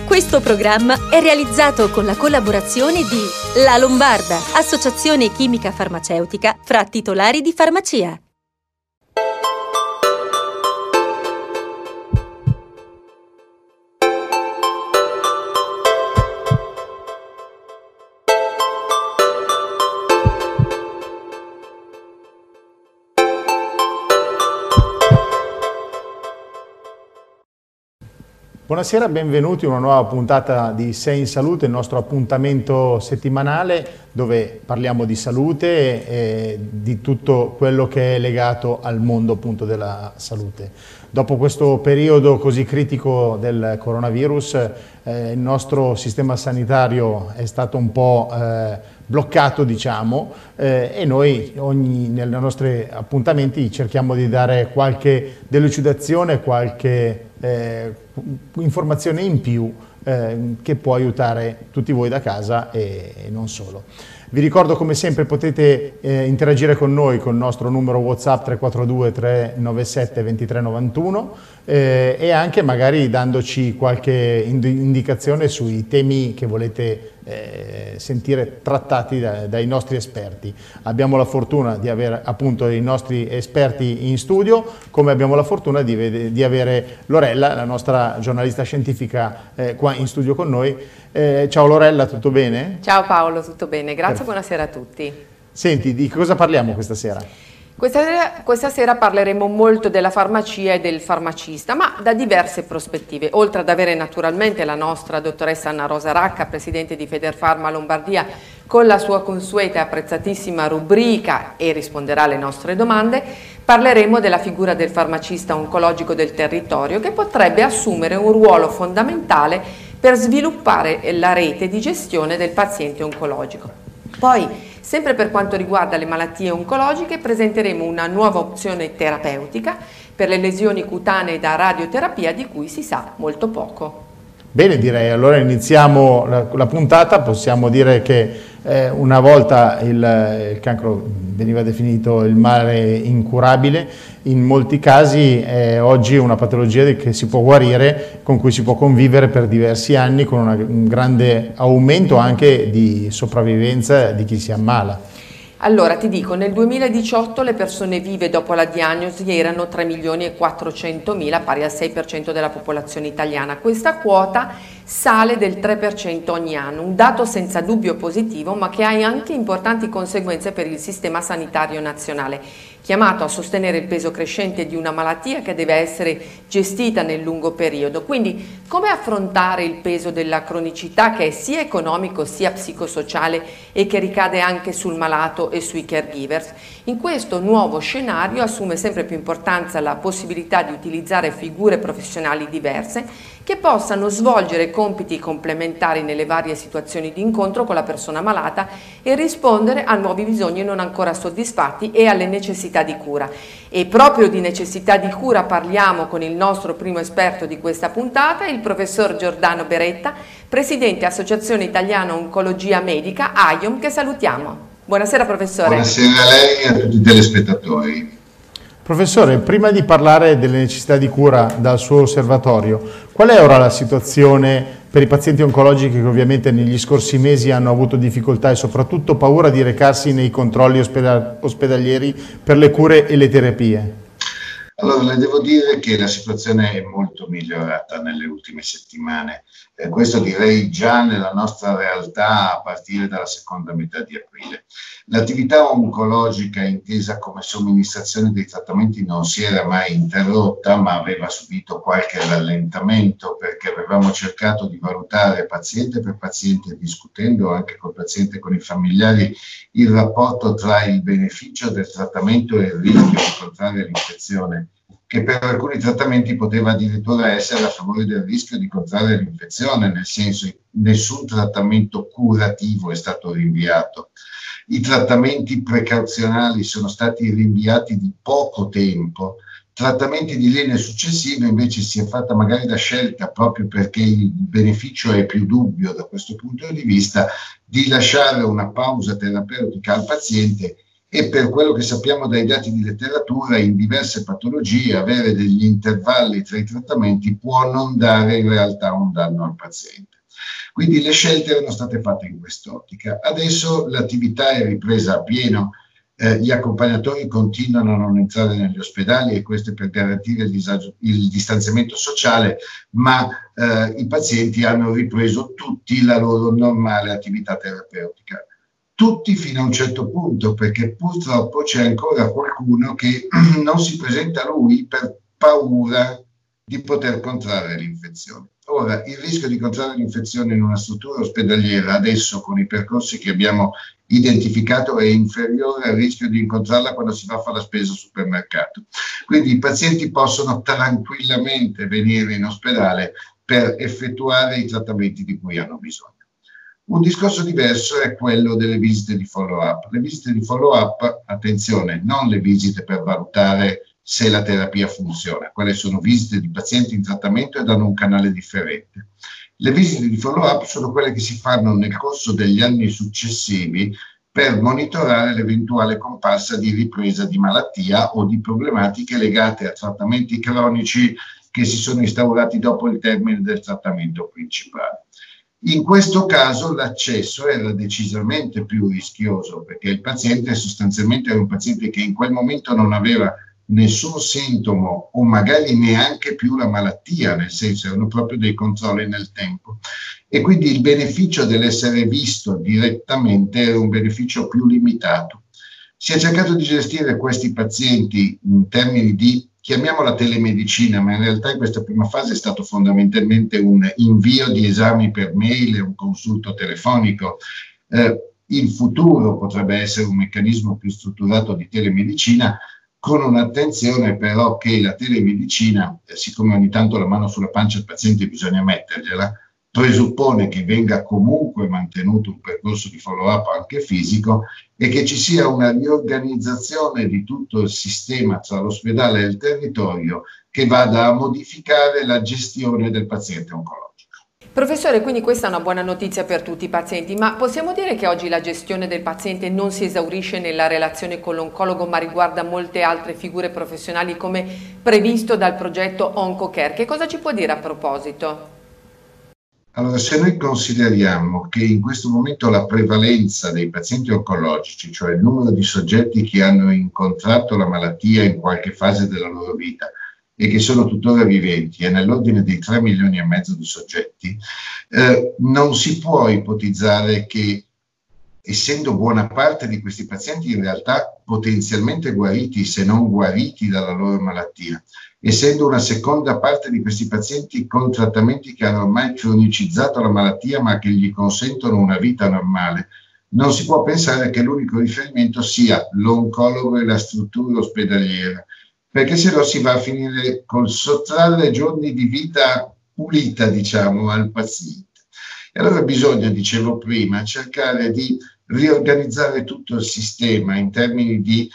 Questo programma è realizzato con la collaborazione di La Lombarda, associazione chimica farmaceutica fra titolari di farmacia. Buonasera, benvenuti a una nuova puntata di Sei in Salute, il nostro appuntamento settimanale dove parliamo di salute e di tutto quello che è legato al mondo appunto della salute. Dopo questo periodo così critico del coronavirus, il nostro sistema sanitario è stato un po' bloccato, diciamo, e noi nei nostri appuntamenti cerchiamo di dare qualche delucidazione, qualche informazione in più che può aiutare tutti voi da casa e non solo. Vi ricordo, come sempre, potete interagire con noi con il nostro numero WhatsApp 342 397 2391 e anche magari dandoci qualche indicazione sui temi che volete sentire trattati dai nostri esperti. Abbiamo la fortuna di avere appunto i nostri esperti in studio, come abbiamo la fortuna di avere Lorella, la nostra giornalista scientifica, qua in studio con noi. Ciao Lorella, tutto bene? Ciao Paolo, tutto bene, grazie, buonasera a tutti. Senti, di cosa parliamo questa sera? Questa sera parleremo molto della farmacia e del farmacista, ma da diverse prospettive. Oltre ad avere naturalmente la nostra dottoressa Anna Rosa Racca, presidente di Federfarma Lombardia, con la sua consueta e apprezzatissima rubrica e risponderà alle nostre domande, parleremo della figura del farmacista oncologico del territorio, che potrebbe assumere un ruolo fondamentale per sviluppare la rete di gestione del paziente oncologico. Poi, sempre per quanto riguarda le malattie oncologiche, presenteremo una nuova opzione terapeutica per le lesioni cutanee da radioterapia di cui si sa molto poco. Bene, direi, allora iniziamo la puntata. Possiamo dire che una volta il cancro veniva definito il male incurabile, in molti casi oggi è una patologia che si può guarire, con cui si può convivere per diversi anni, con un grande aumento anche di sopravvivenza di chi si ammala. Allora ti dico, nel 2018 le persone vive dopo la diagnosi erano 3.400.000, pari al 6% della popolazione italiana. Questa quota sale del 3% ogni anno, un dato senza dubbio positivo, ma che ha anche importanti conseguenze per il sistema sanitario nazionale, chiamato a sostenere il peso crescente di una malattia che deve essere gestita nel lungo periodo. Quindi, come affrontare il peso della cronicità, che è sia economico sia psicosociale e che ricade anche sul malato e sui caregivers? In questo nuovo scenario assume sempre più importanza la possibilità di utilizzare figure professionali diverse che possano svolgere compiti complementari nelle varie situazioni di incontro con la persona malata e rispondere a nuovi bisogni non ancora soddisfatti e alle necessità di cura. E proprio di necessità di cura parliamo con il nostro primo esperto di questa puntata, il professor Giordano Beretta, presidente Associazione Italiana Oncologia Medica, AIOM, che salutiamo. Buonasera professore. Buonasera a lei e a tutti i telespettatori. Professore, prima di parlare delle necessità di cura dal suo osservatorio, qual è ora la situazione per i pazienti oncologici che ovviamente negli scorsi mesi hanno avuto difficoltà e soprattutto paura di recarsi nei controlli ospedalieri per le cure e le terapie? Allora, le devo dire che la situazione è molto migliorata nelle ultime settimane. Questo direi già nella nostra realtà a partire dalla seconda metà di aprile. L'attività oncologica intesa come somministrazione dei trattamenti non si era mai interrotta, ma aveva subito qualche rallentamento perché avevamo cercato di valutare paziente per paziente, discutendo anche col paziente e con i familiari, il rapporto tra il beneficio del trattamento e il rischio di contrarre l'infezione, che per alcuni trattamenti poteva addirittura essere a favore del rischio di contrarre l'infezione, nel senso che nessun trattamento curativo è stato rinviato. I trattamenti precauzionali sono stati rinviati di poco tempo. Trattamenti di linee successive invece si è fatta magari la scelta, proprio perché il beneficio è più dubbio da questo punto di vista, di lasciare una pausa terapeutica al paziente e per quello che sappiamo dai dati di letteratura, in diverse patologie avere degli intervalli tra i trattamenti può non dare in realtà un danno al paziente. Quindi le scelte erano state fatte in quest'ottica. Adesso l'attività è ripresa a pieno, gli accompagnatori continuano a non entrare negli ospedali, e questo è per garantire il distanziamento sociale, ma i pazienti hanno ripreso tutti la loro normale attività terapeutica. Tutti fino a un certo punto, perché purtroppo c'è ancora qualcuno che non si presenta a lui per paura di poter contrarre l'infezione. Ora, il rischio di contrarre l'infezione in una struttura ospedaliera adesso, con i percorsi che abbiamo identificato, è inferiore al rischio di incontrarla quando si va a fare la spesa al supermercato. Quindi i pazienti possono tranquillamente venire in ospedale per effettuare i trattamenti di cui hanno bisogno. Un discorso diverso è quello delle visite di follow-up. Le visite di follow-up, attenzione, non le visite per valutare se la terapia funziona. Quelle sono visite di pazienti in trattamento e hanno un canale differente. Le visite di follow-up sono quelle che si fanno nel corso degli anni successivi per monitorare l'eventuale comparsa di ripresa di malattia o di problematiche legate a trattamenti cronici che si sono instaurati dopo il termine del trattamento principale. In questo caso l'accesso era decisamente più rischioso, perché il paziente sostanzialmente era un paziente che in quel momento non aveva nessun sintomo o magari neanche più la malattia, nel senso erano proprio dei controlli nel tempo, e quindi il beneficio dell'essere visto direttamente era un beneficio più limitato. Si è cercato di gestire questi pazienti in termini di, chiamiamola telemedicina, ma in realtà in questa prima fase è stato fondamentalmente un invio di esami per mail e un consulto telefonico. In futuro potrebbe essere un meccanismo più strutturato di telemedicina, con un'attenzione però che la telemedicina, siccome ogni tanto la mano sulla pancia del paziente bisogna mettergliela, presuppone che venga comunque mantenuto un percorso di follow-up anche fisico e che ci sia una riorganizzazione di tutto il sistema tra l'ospedale e il territorio che vada a modificare la gestione del paziente oncologico. Professore, quindi questa è una buona notizia per tutti i pazienti, ma possiamo dire che oggi la gestione del paziente non si esaurisce nella relazione con l'oncologo, ma riguarda molte altre figure professionali come previsto dal progetto OncoCare? Che cosa ci può dire a proposito? Allora, se noi consideriamo che in questo momento la prevalenza dei pazienti oncologici, cioè il numero di soggetti che hanno incontrato la malattia in qualche fase della loro vita e che sono tuttora viventi, è nell'ordine dei 3,5 milioni di soggetti, non si può ipotizzare che, essendo buona parte di questi pazienti in realtà potenzialmente guariti, se non guariti dalla loro malattia, essendo una seconda parte di questi pazienti con trattamenti che hanno ormai cronicizzato la malattia ma che gli consentono una vita normale, non si può pensare che l'unico riferimento sia l'oncologo e la struttura ospedaliera, perché se no si va a finire col sottrarre giorni di vita pulita, diciamo, al paziente. E allora bisogna, dicevo prima, cercare di riorganizzare tutto il sistema in termini di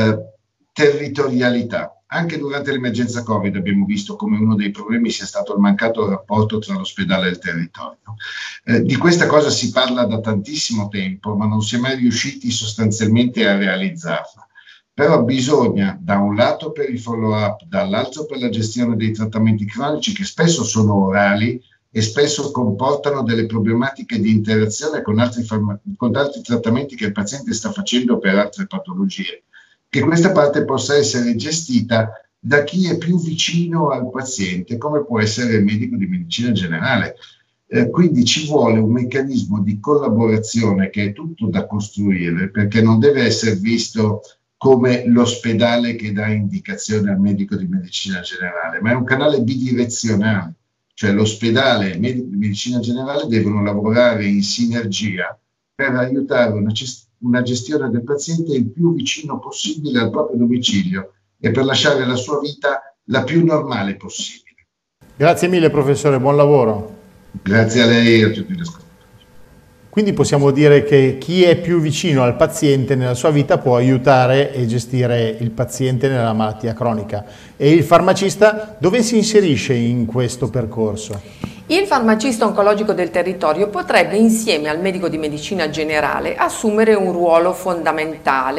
territorialità. Anche durante l'emergenza Covid abbiamo visto come uno dei problemi sia stato il mancato rapporto tra l'ospedale e il territorio. Di questa cosa si parla da tantissimo tempo, ma non si è mai riusciti sostanzialmente a realizzarla. Però bisogna, da un lato per il follow-up, dall'altro per la gestione dei trattamenti cronici, che spesso sono orali e spesso comportano delle problematiche di interazione con altri trattamenti che il paziente sta facendo per altre patologie, che questa parte possa essere gestita da chi è più vicino al paziente, come può essere il medico di medicina generale. Quindi ci vuole un meccanismo di collaborazione che è tutto da costruire, perché non deve essere visto come l'ospedale che dà indicazione al medico di medicina generale, ma è un canale bidirezionale, cioè l'ospedale e il medico di medicina generale devono lavorare in sinergia per aiutare una gestione del paziente il più vicino possibile al proprio domicilio e per lasciare la sua vita la più normale possibile. Grazie mille professore, buon lavoro. Grazie a lei e a tutti gli ascoltatori. Quindi possiamo dire che chi è più vicino al paziente nella sua vita può aiutare e gestire il paziente nella malattia cronica. E il farmacista dove si inserisce in questo percorso? Il farmacista oncologico del territorio potrebbe, insieme al medico di medicina generale, assumere un ruolo fondamentale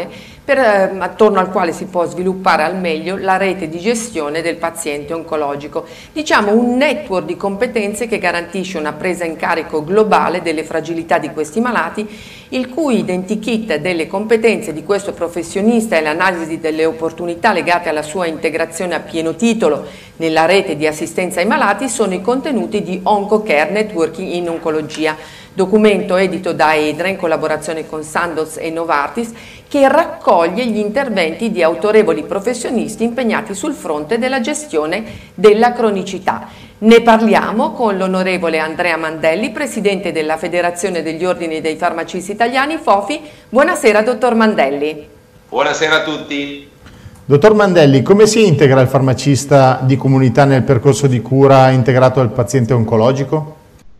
attorno al quale si può sviluppare al meglio la rete di gestione del paziente oncologico. Diciamo un network di competenze che garantisce una presa in carico globale delle fragilità di questi malati, il cui identikit delle competenze di questo professionista e l'analisi delle opportunità legate alla sua integrazione a pieno titolo nella rete di assistenza ai malati sono i contenuti di OncoCare Networking in Oncologia, documento edito da EDRA in collaborazione con Sandoz e Novartis, che raccoglie gli interventi di autorevoli professionisti impegnati sul fronte della gestione della cronicità. Ne parliamo con l'onorevole Andrea Mandelli, presidente della Federazione degli Ordini dei Farmacisti Italiani, FOFI. Buonasera, dottor Mandelli. Buonasera a tutti. Dottor Mandelli, come si integra il farmacista di comunità nel percorso di cura integrato al paziente oncologico?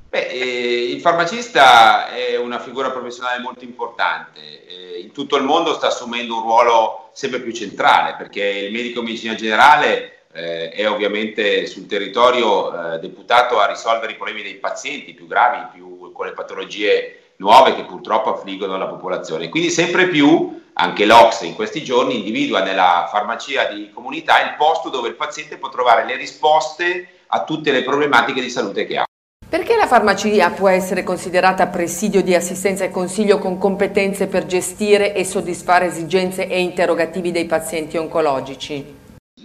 Il farmacista è una figura professionale molto importante, in tutto il mondo sta assumendo un ruolo sempre più centrale, perché il medico di medicina generale è ovviamente sul territorio deputato a risolvere i problemi dei pazienti più gravi, con le patologie nuove che purtroppo affliggono la popolazione. Quindi sempre più anche l'OCSE in questi giorni individua nella farmacia di comunità il posto dove il paziente può trovare le risposte a tutte le problematiche di salute che ha. Perché la farmacia può essere considerata presidio di assistenza e consiglio con competenze per gestire e soddisfare esigenze e interrogativi dei pazienti oncologici?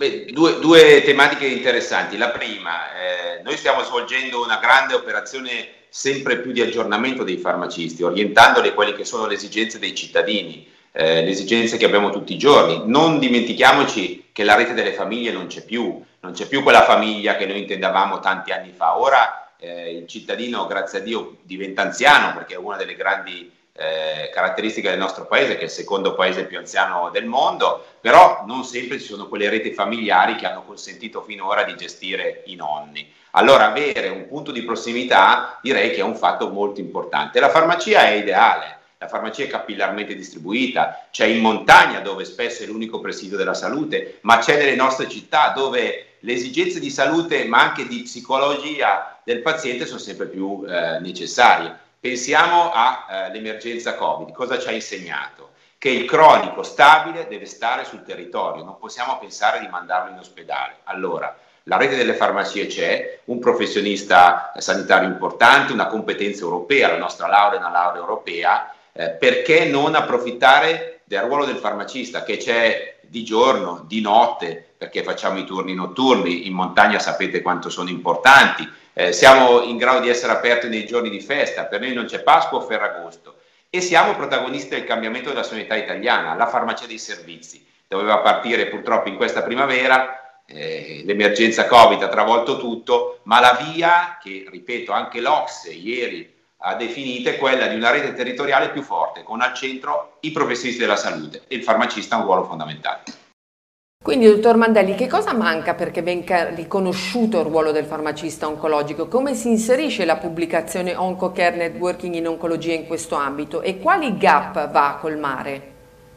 Due tematiche interessanti. La prima, noi stiamo svolgendo una grande operazione sempre più di aggiornamento dei farmacisti, orientandoli a quelle che sono le esigenze dei cittadini, le esigenze che abbiamo tutti i giorni. Non dimentichiamoci che la rete delle famiglie non c'è più quella famiglia che noi intendavamo tanti anni fa. Ora il cittadino, grazie a Dio, diventa anziano, perché è una delle grandi caratteristiche del nostro paese, che è il secondo paese più anziano del mondo, però non sempre ci sono quelle reti familiari che hanno consentito finora di gestire i nonni. Allora avere un punto di prossimità direi che è un fatto molto importante. La farmacia è ideale, la farmacia è capillarmente distribuita, c'è in montagna dove spesso è l'unico presidio della salute, ma c'è nelle nostre città dove le esigenze di salute ma anche di psicologia del paziente sono sempre più necessarie. Pensiamo all'emergenza Covid. Cosa ci ha insegnato? Che il cronico stabile deve stare sul territorio, non possiamo pensare di mandarlo in ospedale. Allora, la rete delle farmacie c'è, un professionista sanitario importante, una competenza europea, la nostra laurea è una laurea europea, perché non approfittare del ruolo del farmacista che c'è di giorno, di notte, perché facciamo i turni notturni, in montagna sapete quanto sono importanti, siamo in grado di essere aperti nei giorni di festa, per noi non c'è Pasqua o Ferragosto, e siamo protagonisti del cambiamento della sanità italiana. La farmacia dei servizi doveva partire purtroppo in questa primavera, l'emergenza Covid ha travolto tutto, ma la via che, ripeto, anche l'OCSE ieri ha definito è quella di una rete territoriale più forte, con al centro i professionisti della salute, e il farmacista ha un ruolo fondamentale. Quindi, dottor Mandelli, che cosa manca perché venga riconosciuto il ruolo del farmacista oncologico? Come si inserisce la pubblicazione OncoCare Networking in Oncologia in questo ambito e quali gap va a colmare?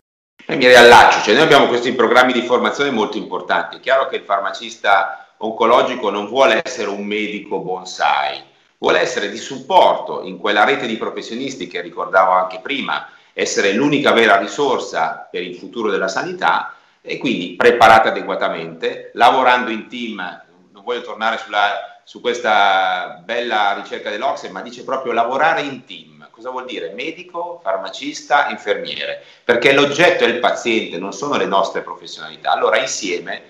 Mi riallaccio, noi abbiamo questi programmi di formazione molto importanti. È chiaro che il farmacista oncologico non vuole essere un medico bonsai, vuole essere di supporto in quella rete di professionisti che ricordavo anche prima, essere l'unica vera risorsa per il futuro della sanità, e quindi preparate adeguatamente, lavorando in team. Non voglio tornare su questa bella ricerca dell'OCSE, ma dice proprio lavorare in team. Cosa vuol dire? Medico, farmacista, infermiere, perché l'oggetto è il paziente, non sono le nostre professionalità. Allora insieme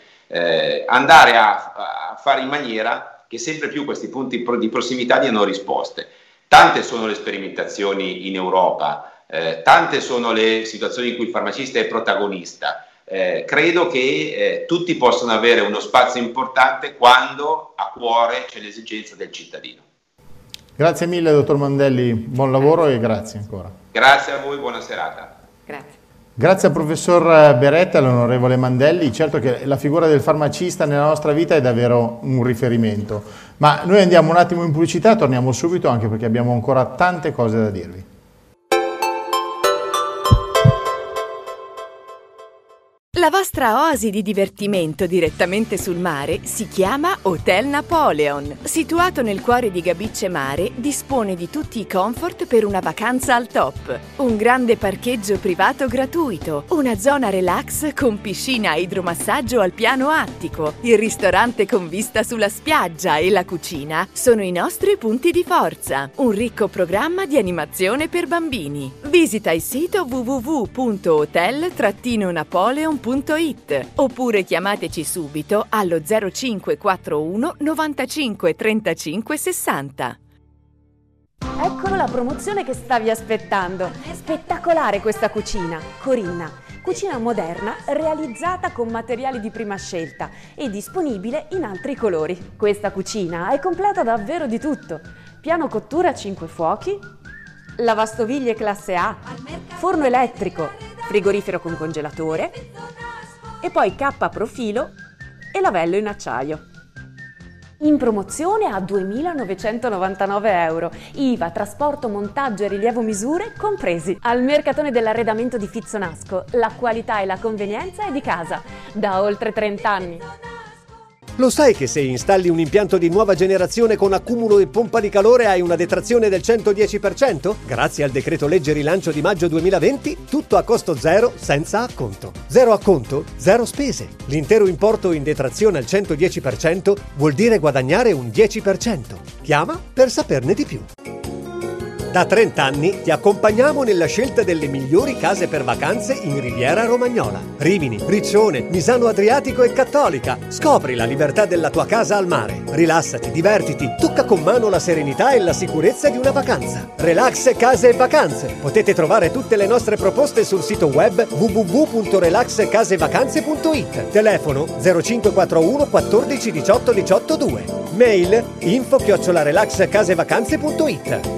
andare a fare in maniera che sempre più questi punti di prossimità diano risposte. Tante sono le sperimentazioni in Europa, tante sono le situazioni in cui il farmacista è protagonista. Credo che tutti possano avere uno spazio importante quando a cuore c'è l'esigenza del cittadino. Grazie mille dottor Mandelli, buon lavoro e grazie ancora. Grazie a voi, buona serata. Grazie. Grazie al professor Beretta e all'onorevole Mandelli. Certo che la figura del farmacista nella nostra vita è davvero un riferimento, ma noi andiamo un attimo in pubblicità, torniamo subito anche perché abbiamo ancora tante cose da dirvi. La vostra oasi di divertimento direttamente sul mare si chiama Hotel Napoleon. Situato nel cuore di Gabicce Mare, dispone di tutti i comfort per una vacanza al top. Un grande parcheggio privato gratuito, una zona relax con piscina e idromassaggio al piano attico, il ristorante con vista sulla spiaggia e la cucina sono i nostri punti di forza. Un ricco programma di animazione per bambini. Visita il sito www.hotel-napoleon.it oppure chiamateci subito allo 0541 95 35 60. Eccolo la promozione che stavi aspettando. Spettacolare questa cucina. Corinna, cucina moderna realizzata con materiali di prima scelta e disponibile in altri colori. Questa cucina è completa davvero di tutto. Piano cottura a 5 fuochi, lavastoviglie classe A, forno elettrico, frigorifero con congelatore e poi K a profilo e lavello in acciaio. In promozione a 2.999 euro, IVA, trasporto, montaggio e rilievo misure compresi. Al Mercatone dell'Arredamento di Fizzonasco, la qualità e la convenienza è di casa, da oltre 30 anni. Lo sai che se installi un impianto di nuova generazione con accumulo e pompa di calore hai una detrazione del 110%? Grazie al decreto legge rilancio di maggio 2020, tutto a costo zero senza acconto. Zero acconto, zero spese. L'intero importo in detrazione al 110% vuol dire guadagnare un 10%. Chiama per saperne di più. Da 30 anni ti accompagniamo nella scelta delle migliori case per vacanze in Riviera Romagnola. Rimini, Riccione, Misano Adriatico e Cattolica. Scopri la libertà della tua casa al mare. Rilassati, divertiti, tocca con mano la serenità e la sicurezza di una vacanza. Relax Case e Vacanze. Potete trovare tutte le nostre proposte sul sito web www.relaxcasevacanze.it. Telefono 0541 14 18 18 2. Mail info@relaxcasevacanze.it.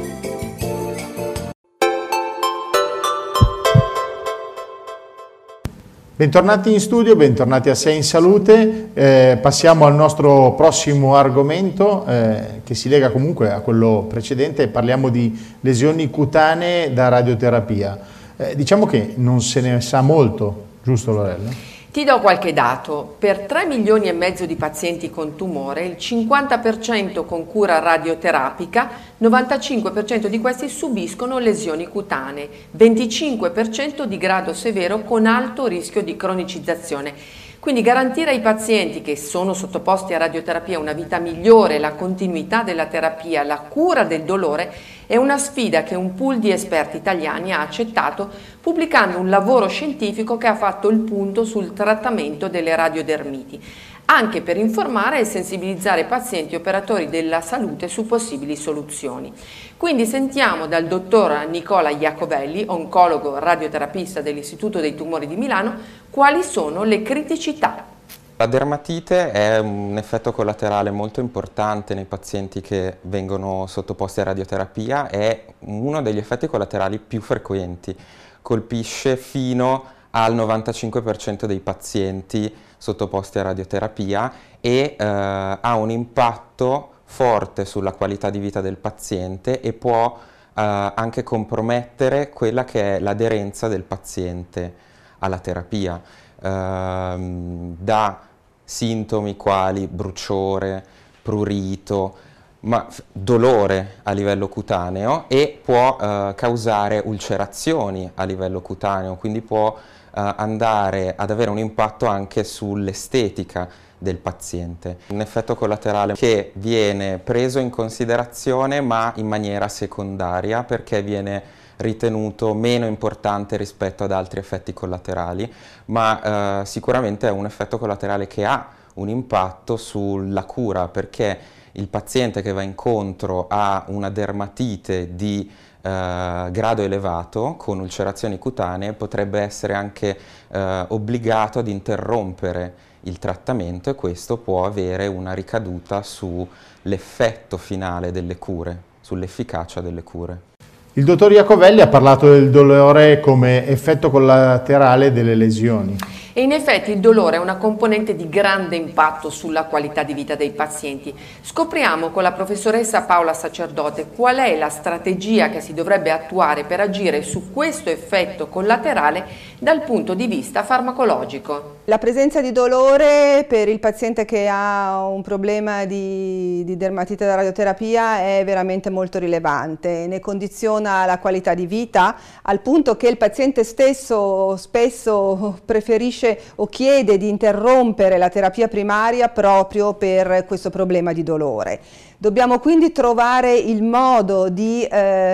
Bentornati in studio, bentornati a Sei in Salute. Passiamo al nostro prossimo argomento che si lega comunque a quello precedente. Parliamo di lesioni cutanee da radioterapia. Diciamo che non se ne sa molto, giusto Lorella? Ti do qualche dato. Per 3 milioni e mezzo di pazienti con tumore, il 50% con cura radioterapica, 95% di questi subiscono lesioni cutanee, 25% di grado severo con alto rischio di cronicizzazione. Quindi garantire ai pazienti che sono sottoposti a radioterapia una vita migliore, la continuità della terapia, la cura del dolore è una sfida che un pool di esperti italiani ha accettato pubblicando un lavoro scientifico che ha fatto il punto sul trattamento delle radiodermiti, anche per informare e sensibilizzare i pazienti e operatori della salute su possibili soluzioni. Quindi sentiamo dal dottor Nicola Iacovelli, oncologo radioterapista dell'Istituto dei Tumori di Milano, quali sono le criticità. La dermatite è un effetto collaterale molto importante nei pazienti che vengono sottoposti a radioterapia, è uno degli effetti collaterali più frequenti, colpisce fino al 95% dei pazienti sottoposti a radioterapia e ha un impatto forte sulla qualità di vita del paziente e può anche compromettere quella che è l'aderenza del paziente alla terapia. Da sintomi quali bruciore, prurito, dolore a livello cutaneo e può causare ulcerazioni a livello cutaneo, quindi può andare ad avere un impatto anche sull'estetica del paziente. Un effetto collaterale che viene preso in considerazione ma in maniera secondaria perché viene ritenuto meno importante rispetto ad altri effetti collaterali, ma sicuramente è un effetto collaterale che ha un impatto sulla cura perché il paziente che va incontro a una dermatite di grado elevato con ulcerazioni cutanee potrebbe essere anche obbligato ad interrompere il trattamento e questo può avere una ricaduta sull'effetto finale delle cure, sull'efficacia delle cure. Il dottor Iacovelli ha parlato del dolore come effetto collaterale delle lesioni. E in effetti il dolore è una componente di grande impatto sulla qualità di vita dei pazienti. Scopriamo con la professoressa Paola Sacerdote qual è la strategia che si dovrebbe attuare per agire su questo effetto collaterale dal punto di vista farmacologico. La presenza di dolore per il paziente che ha un problema di dermatite da radioterapia è veramente molto rilevante, ne condiziona la qualità di vita al punto che il paziente stesso spesso preferisce o chiede di interrompere la terapia primaria proprio per questo problema di dolore. Dobbiamo quindi trovare il modo di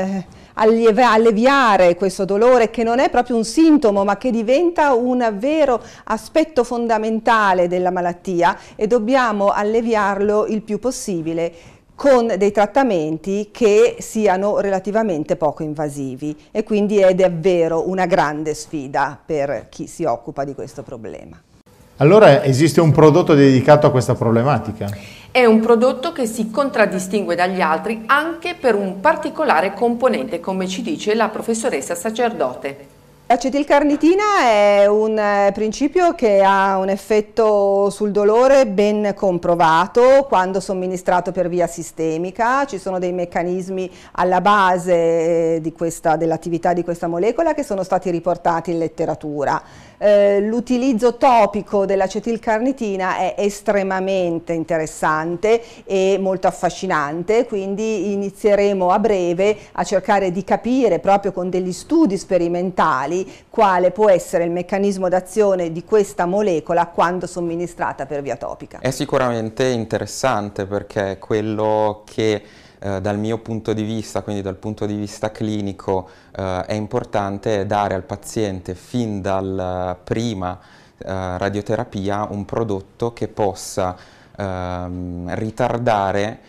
alleviare questo dolore, che non è proprio un sintomo ma che diventa un vero aspetto fondamentale della malattia, e dobbiamo alleviarlo il più possibile con dei trattamenti che siano relativamente poco invasivi, e quindi è davvero una grande sfida per chi si occupa di questo problema. Allora esiste un prodotto dedicato a questa problematica? È un prodotto che si contraddistingue dagli altri anche per un particolare componente, come ci dice la professoressa Sacerdote. L'acetilcarnitina è un principio che ha un effetto sul dolore ben comprovato quando somministrato per via sistemica. Ci sono dei meccanismi alla base dell'attività di questa molecola che sono stati riportati in letteratura. L'utilizzo topico dell'acetilcarnitina è estremamente interessante e molto affascinante, quindi inizieremo a breve a cercare di capire proprio con degli studi sperimentali quale può essere il meccanismo d'azione di questa molecola quando somministrata per via topica. È sicuramente interessante perché quello che dal mio punto di vista, quindi dal punto di vista clinico, è importante dare al paziente fin dal prima radioterapia un prodotto che possa ritardare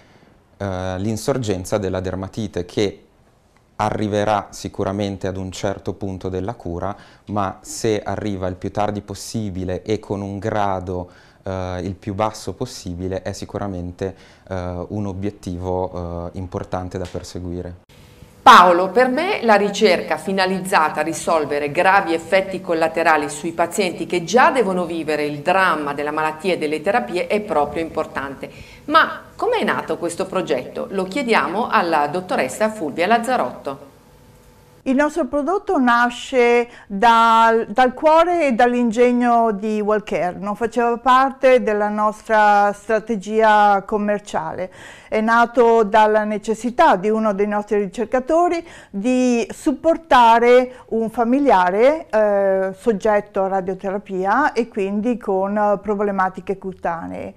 l'insorgenza della dermatite, che arriverà sicuramente ad un certo punto della cura, ma se arriva il più tardi possibile e con un grado il più basso possibile è sicuramente un obiettivo importante da perseguire. Paolo, per me la ricerca finalizzata a risolvere gravi effetti collaterali sui pazienti che già devono vivere il dramma della malattia e delle terapie è proprio importante. Ma come è nato questo progetto? Lo chiediamo alla dottoressa Fulvia Lazzarotto. Il nostro prodotto nasce dal cuore e dall'ingegno di WellCare, non faceva parte della nostra strategia commerciale. È nato dalla necessità di uno dei nostri ricercatori di supportare un familiare soggetto a radioterapia e quindi con problematiche cutanee.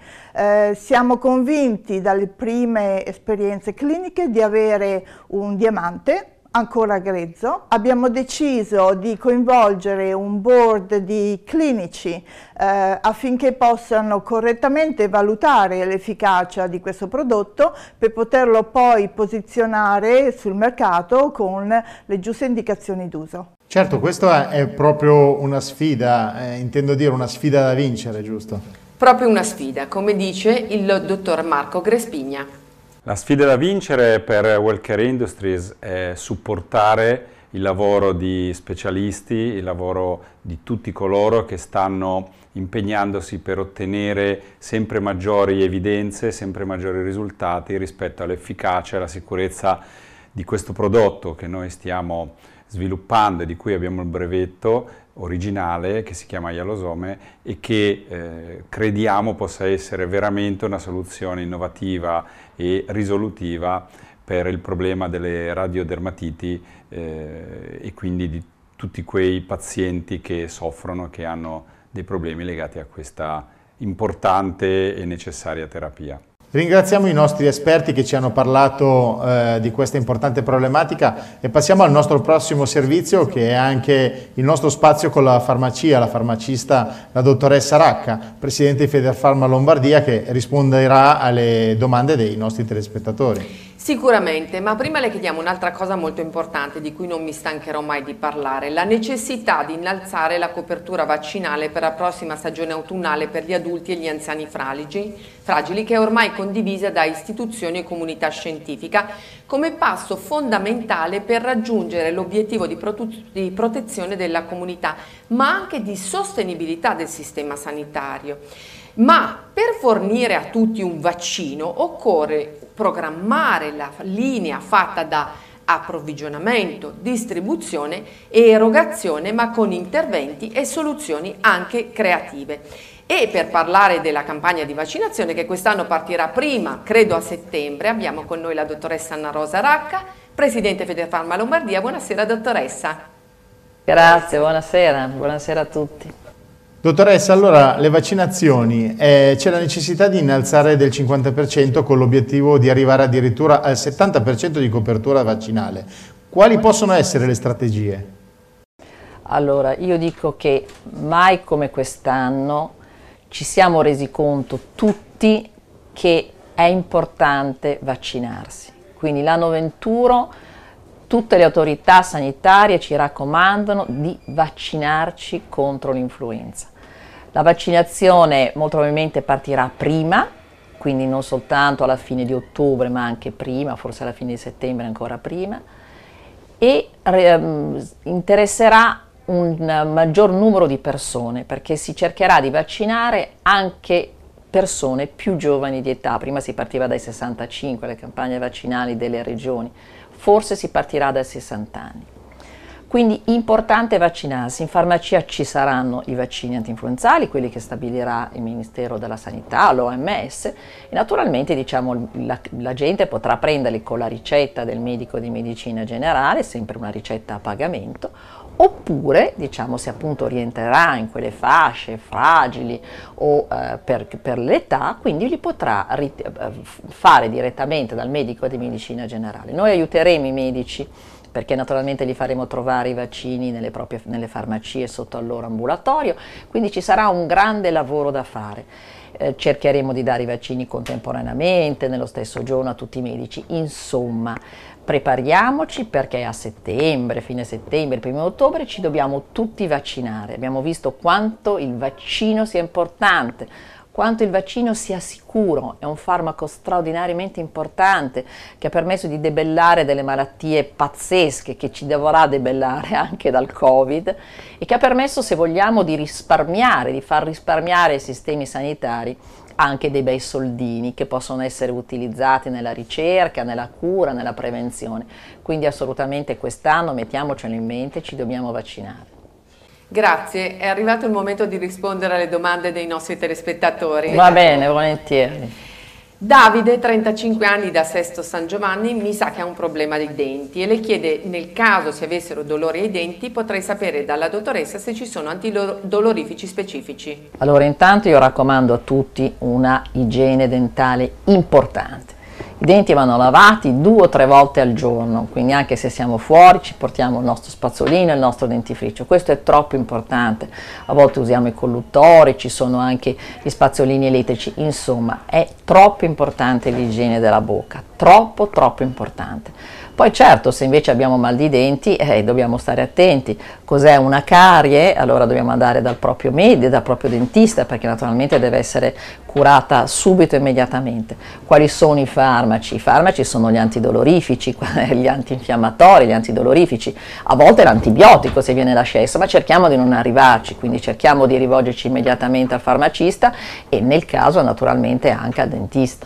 Siamo convinti dalle prime esperienze cliniche di avere un diamante ancora grezzo. Abbiamo deciso di coinvolgere un board di clinici affinché possano correttamente valutare l'efficacia di questo prodotto per poterlo poi posizionare sul mercato con le giuste indicazioni d'uso. Certo, questa è proprio una sfida, intendo dire una sfida da vincere, giusto? Proprio una sfida, come dice il dottor Marco Grespigna. La sfida da vincere per WellCare Industries è supportare il lavoro di specialisti, il lavoro di tutti coloro che stanno impegnandosi per ottenere sempre maggiori evidenze, sempre maggiori risultati rispetto all'efficacia e alla sicurezza di questo prodotto che noi stiamo sviluppando e di cui abbiamo il brevetto originale che si chiama Ialosome e che crediamo possa essere veramente una soluzione innovativa e risolutiva per il problema delle radiodermatiti e quindi di tutti quei pazienti che soffrono, che hanno dei problemi legati a questa importante e necessaria terapia. Ringraziamo i nostri esperti che ci hanno parlato di questa importante problematica e passiamo al nostro prossimo servizio, che è anche il nostro spazio con la farmacia, la farmacista, la dottoressa Racca, presidente di Federfarma Lombardia, che risponderà alle domande dei nostri telespettatori. Sicuramente, ma prima le chiediamo un'altra cosa molto importante di cui non mi stancherò mai di parlare: la necessità di innalzare la copertura vaccinale per la prossima stagione autunnale per gli adulti e gli anziani fragili, che è ormai condivisa da istituzioni e comunità scientifica come passo fondamentale per raggiungere l'obiettivo di protezione della comunità, ma anche di sostenibilità del sistema sanitario. Ma per fornire a tutti un vaccino occorre programmare la linea fatta da approvvigionamento, distribuzione e erogazione, ma con interventi e soluzioni anche creative. E per parlare della campagna di vaccinazione che quest'anno partirà prima, credo a settembre, abbiamo con noi la dottoressa Anna Rosa Racca, Presidente Federfarma Lombardia. Buonasera dottoressa. Grazie, buonasera a tutti. Dottoressa, allora le vaccinazioni, c'è la necessità di innalzare del 50% con l'obiettivo di arrivare addirittura al 70% di copertura vaccinale. Quali possono essere le strategie? Allora, io dico che mai come quest'anno ci siamo resi conto tutti che è importante vaccinarsi. Quindi l'anno 21 tutte le autorità sanitarie ci raccomandano di vaccinarci contro l'influenza. La vaccinazione molto probabilmente partirà prima, quindi non soltanto alla fine di ottobre ma anche prima, forse alla fine di settembre ancora prima, e interesserà un maggior numero di persone perché si cercherà di vaccinare anche persone più giovani di età. Prima si partiva dai 65, le campagne vaccinali delle regioni, forse si partirà dai 60 anni. Quindi importante vaccinarsi. In farmacia ci saranno i vaccini antinfluenzali, quelli che stabilirà il Ministero della Sanità, l'OMS, e naturalmente diciamo, la gente potrà prenderli con la ricetta del medico di medicina generale, sempre una ricetta a pagamento, oppure diciamo, se appunto rientrerà in quelle fasce fragili o per l'età, quindi li potrà fare direttamente dal medico di medicina generale. Noi aiuteremo i medici perché naturalmente gli faremo trovare i vaccini nelle farmacie sotto al loro ambulatorio, quindi ci sarà un grande lavoro da fare. Cercheremo di dare i vaccini contemporaneamente, nello stesso giorno a tutti i medici. Insomma, prepariamoci perché a settembre, fine settembre, primo ottobre ci dobbiamo tutti vaccinare. Abbiamo visto quanto il vaccino sia importante, quanto il vaccino sia sicuro, è un farmaco straordinariamente importante che ha permesso di debellare delle malattie pazzesche che ci dovrà debellare anche dal Covid e che ha permesso, se vogliamo, di risparmiare, di far risparmiare ai sistemi sanitari anche dei bei soldini che possono essere utilizzati nella ricerca, nella cura, nella prevenzione. Quindi assolutamente quest'anno, mettiamocelo in mente, ci dobbiamo vaccinare. Grazie, è arrivato il momento di rispondere alle domande dei nostri telespettatori. Va bene, volentieri. Davide, 35 anni, da Sesto San Giovanni, mi sa che ha un problema dei denti e le chiede, nel caso si avessero dolori ai denti, potrei sapere dalla dottoressa se ci sono antidolorifici specifici. Allora, intanto io raccomando a tutti una igiene dentale importante. I denti vanno lavati 2 o 3 volte al giorno, quindi anche se siamo fuori ci portiamo il nostro spazzolino e il nostro dentifricio. Questo è troppo importante. A volte usiamo i colluttori, ci sono anche gli spazzolini elettrici, insomma è troppo importante l'igiene della bocca, troppo importante. Poi certo, se invece abbiamo mal di denti dobbiamo stare attenti. Cos'è una carie? Allora dobbiamo andare dal proprio medico, dal proprio dentista, perché naturalmente deve essere curata subito, immediatamente. Quali sono i farmaci? I farmaci sono gli antidolorifici, gli antinfiammatori, gli antidolorifici, a volte l'antibiotico se viene la scelta, ma cerchiamo di non arrivarci, quindi cerchiamo di rivolgerci immediatamente al farmacista e nel caso naturalmente anche al dentista.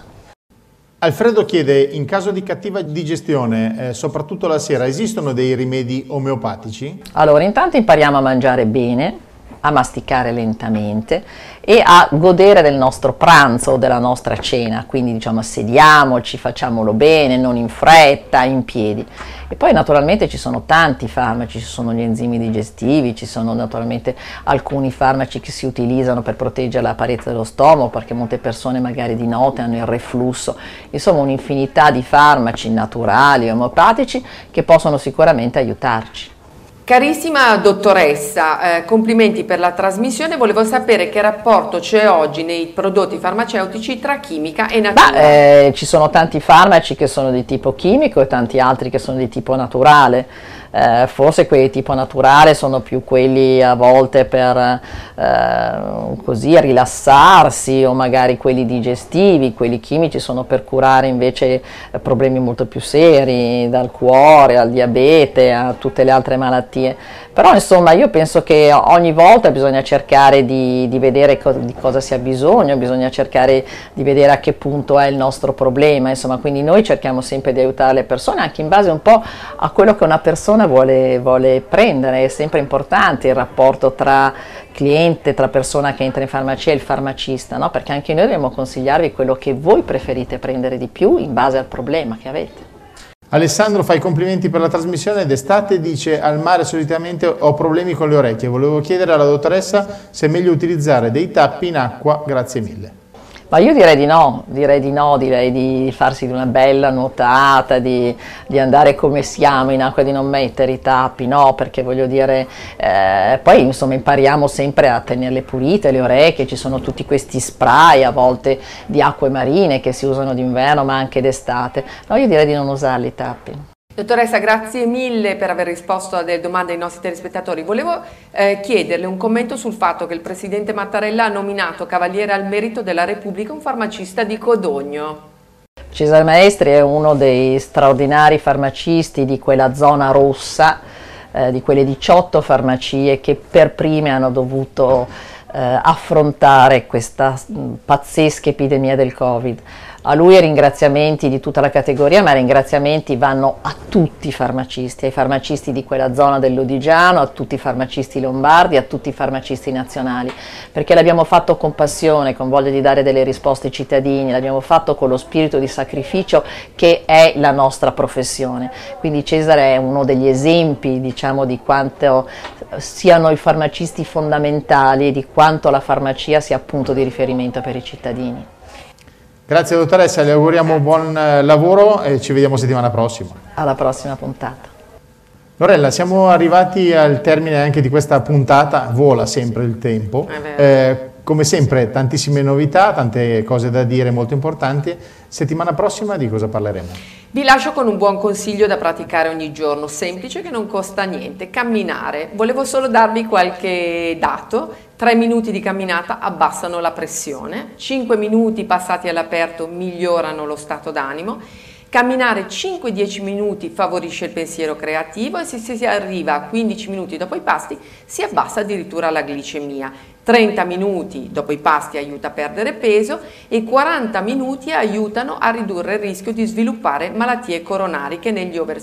Alfredo chiede, in caso di cattiva digestione, soprattutto la sera, esistono dei rimedi omeopatici? Allora, intanto impariamo a mangiare bene, a masticare lentamente e a godere del nostro pranzo o della nostra cena, quindi diciamo sediamoci, facciamolo bene, non in fretta, in piedi. E poi naturalmente ci sono tanti farmaci, ci sono gli enzimi digestivi, ci sono naturalmente alcuni farmaci che si utilizzano per proteggere la parete dello stomaco, perché molte persone magari di notte hanno il reflusso, insomma un'infinità di farmaci naturali, omeopatici, che possono sicuramente aiutarci. Carissima dottoressa, complimenti per la trasmissione. Volevo sapere che rapporto c'è oggi nei prodotti farmaceutici tra chimica e natura. Ci sono tanti farmaci che sono di tipo chimico e tanti altri che sono di tipo naturale. Forse quelli di tipo naturale sono più quelli a volte per così rilassarsi, o magari quelli digestivi. Quelli chimici sono per curare invece problemi molto più seri, dal cuore al diabete a tutte le altre malattie malattie. Però insomma io penso che ogni volta bisogna cercare di vedere di cosa si ha bisogno, bisogna cercare di vedere a che punto è il nostro problema, insomma, quindi noi cerchiamo sempre di aiutare le persone anche in base un po' a quello che una persona vuole prendere. È sempre importante il rapporto tra cliente, tra persona che entra in farmacia e il farmacista, no? Perché anche noi dobbiamo consigliarvi quello che voi preferite prendere di più in base al problema che avete. Alessandro fa i complimenti per la trasmissione. D'estate dice: al mare solitamente ho problemi con le orecchie, volevo chiedere alla dottoressa se è meglio utilizzare dei tappi in acqua, grazie mille. Ma io direi di farsi una bella nuotata, di andare come siamo in acqua, di non mettere i tappi, no, perché voglio dire, poi insomma impariamo sempre a tenerle pulite le orecchie, ci sono tutti questi spray a volte di acque marine che si usano d'inverno ma anche d'estate, no, io direi di non usarli i tappi. Dottoressa, grazie mille per aver risposto alle domande ai nostri telespettatori. Volevo chiederle un commento sul fatto che il presidente Mattarella ha nominato Cavaliere al Merito della Repubblica un farmacista di Codogno. Cesare Maestri è uno dei straordinari farmacisti di quella zona rossa, di quelle 18 farmacie che per prime hanno dovuto affrontare questa pazzesca epidemia del Covid. A lui ringraziamenti di tutta la categoria, ma ringraziamenti vanno a tutti i farmacisti, ai farmacisti di quella zona del Lodigiano, a tutti i farmacisti lombardi, a tutti i farmacisti nazionali, perché l'abbiamo fatto con passione, con voglia di dare delle risposte ai cittadini, l'abbiamo fatto con lo spirito di sacrificio che è la nostra professione. Quindi Cesare è uno degli esempi, diciamo, di quanto siano i farmacisti fondamentali e di quanto la farmacia sia punto di riferimento per i cittadini. Grazie dottoressa, le auguriamo buon lavoro e ci vediamo settimana prossima. Alla prossima puntata. Lorella, siamo arrivati al termine anche di questa puntata, vola sempre il tempo. Come sempre tantissime novità, tante cose da dire molto importanti. Settimana prossima di cosa parleremo? Vi lascio con un buon consiglio da praticare ogni giorno, semplice, che non costa niente: camminare. Volevo solo darvi qualche dato. 3 minuti di camminata abbassano la pressione, 5 minuti passati all'aperto migliorano lo stato d'animo, camminare 5-10 minuti favorisce il pensiero creativo e se si arriva a 15 minuti dopo i pasti si abbassa addirittura la glicemia. 30 minuti dopo i pasti aiuta a perdere peso e 40 minuti aiutano a ridurre il rischio di sviluppare malattie coronariche negli over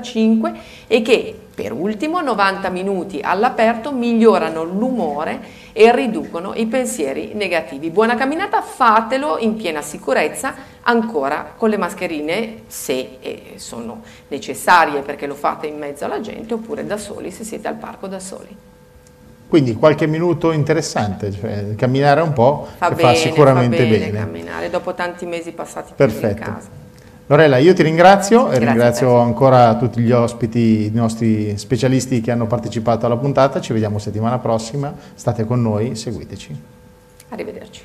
65 e che, per ultimo, 90 minuti all'aperto migliorano l'umore e riducono i pensieri negativi. Buona camminata, fatelo in piena sicurezza, ancora con le mascherine se sono necessarie, perché lo fate in mezzo alla gente, oppure da soli se siete al parco da soli. Quindi qualche minuto interessante, cioè camminare un po' fa sicuramente bene. Camminare dopo tanti mesi passati in casa. Lorella, io ti ringrazio e ringrazio ancora tutti gli ospiti, i nostri specialisti che hanno partecipato alla puntata. Ci vediamo settimana prossima, state con noi, seguiteci. Arrivederci.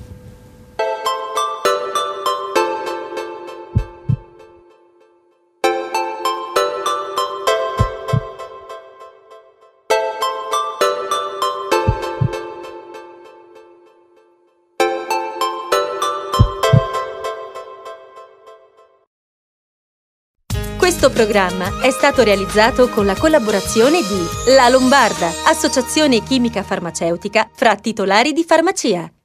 Questo programma è stato realizzato con la collaborazione di La Lombarda, associazione chimica farmaceutica fra titolari di farmacia.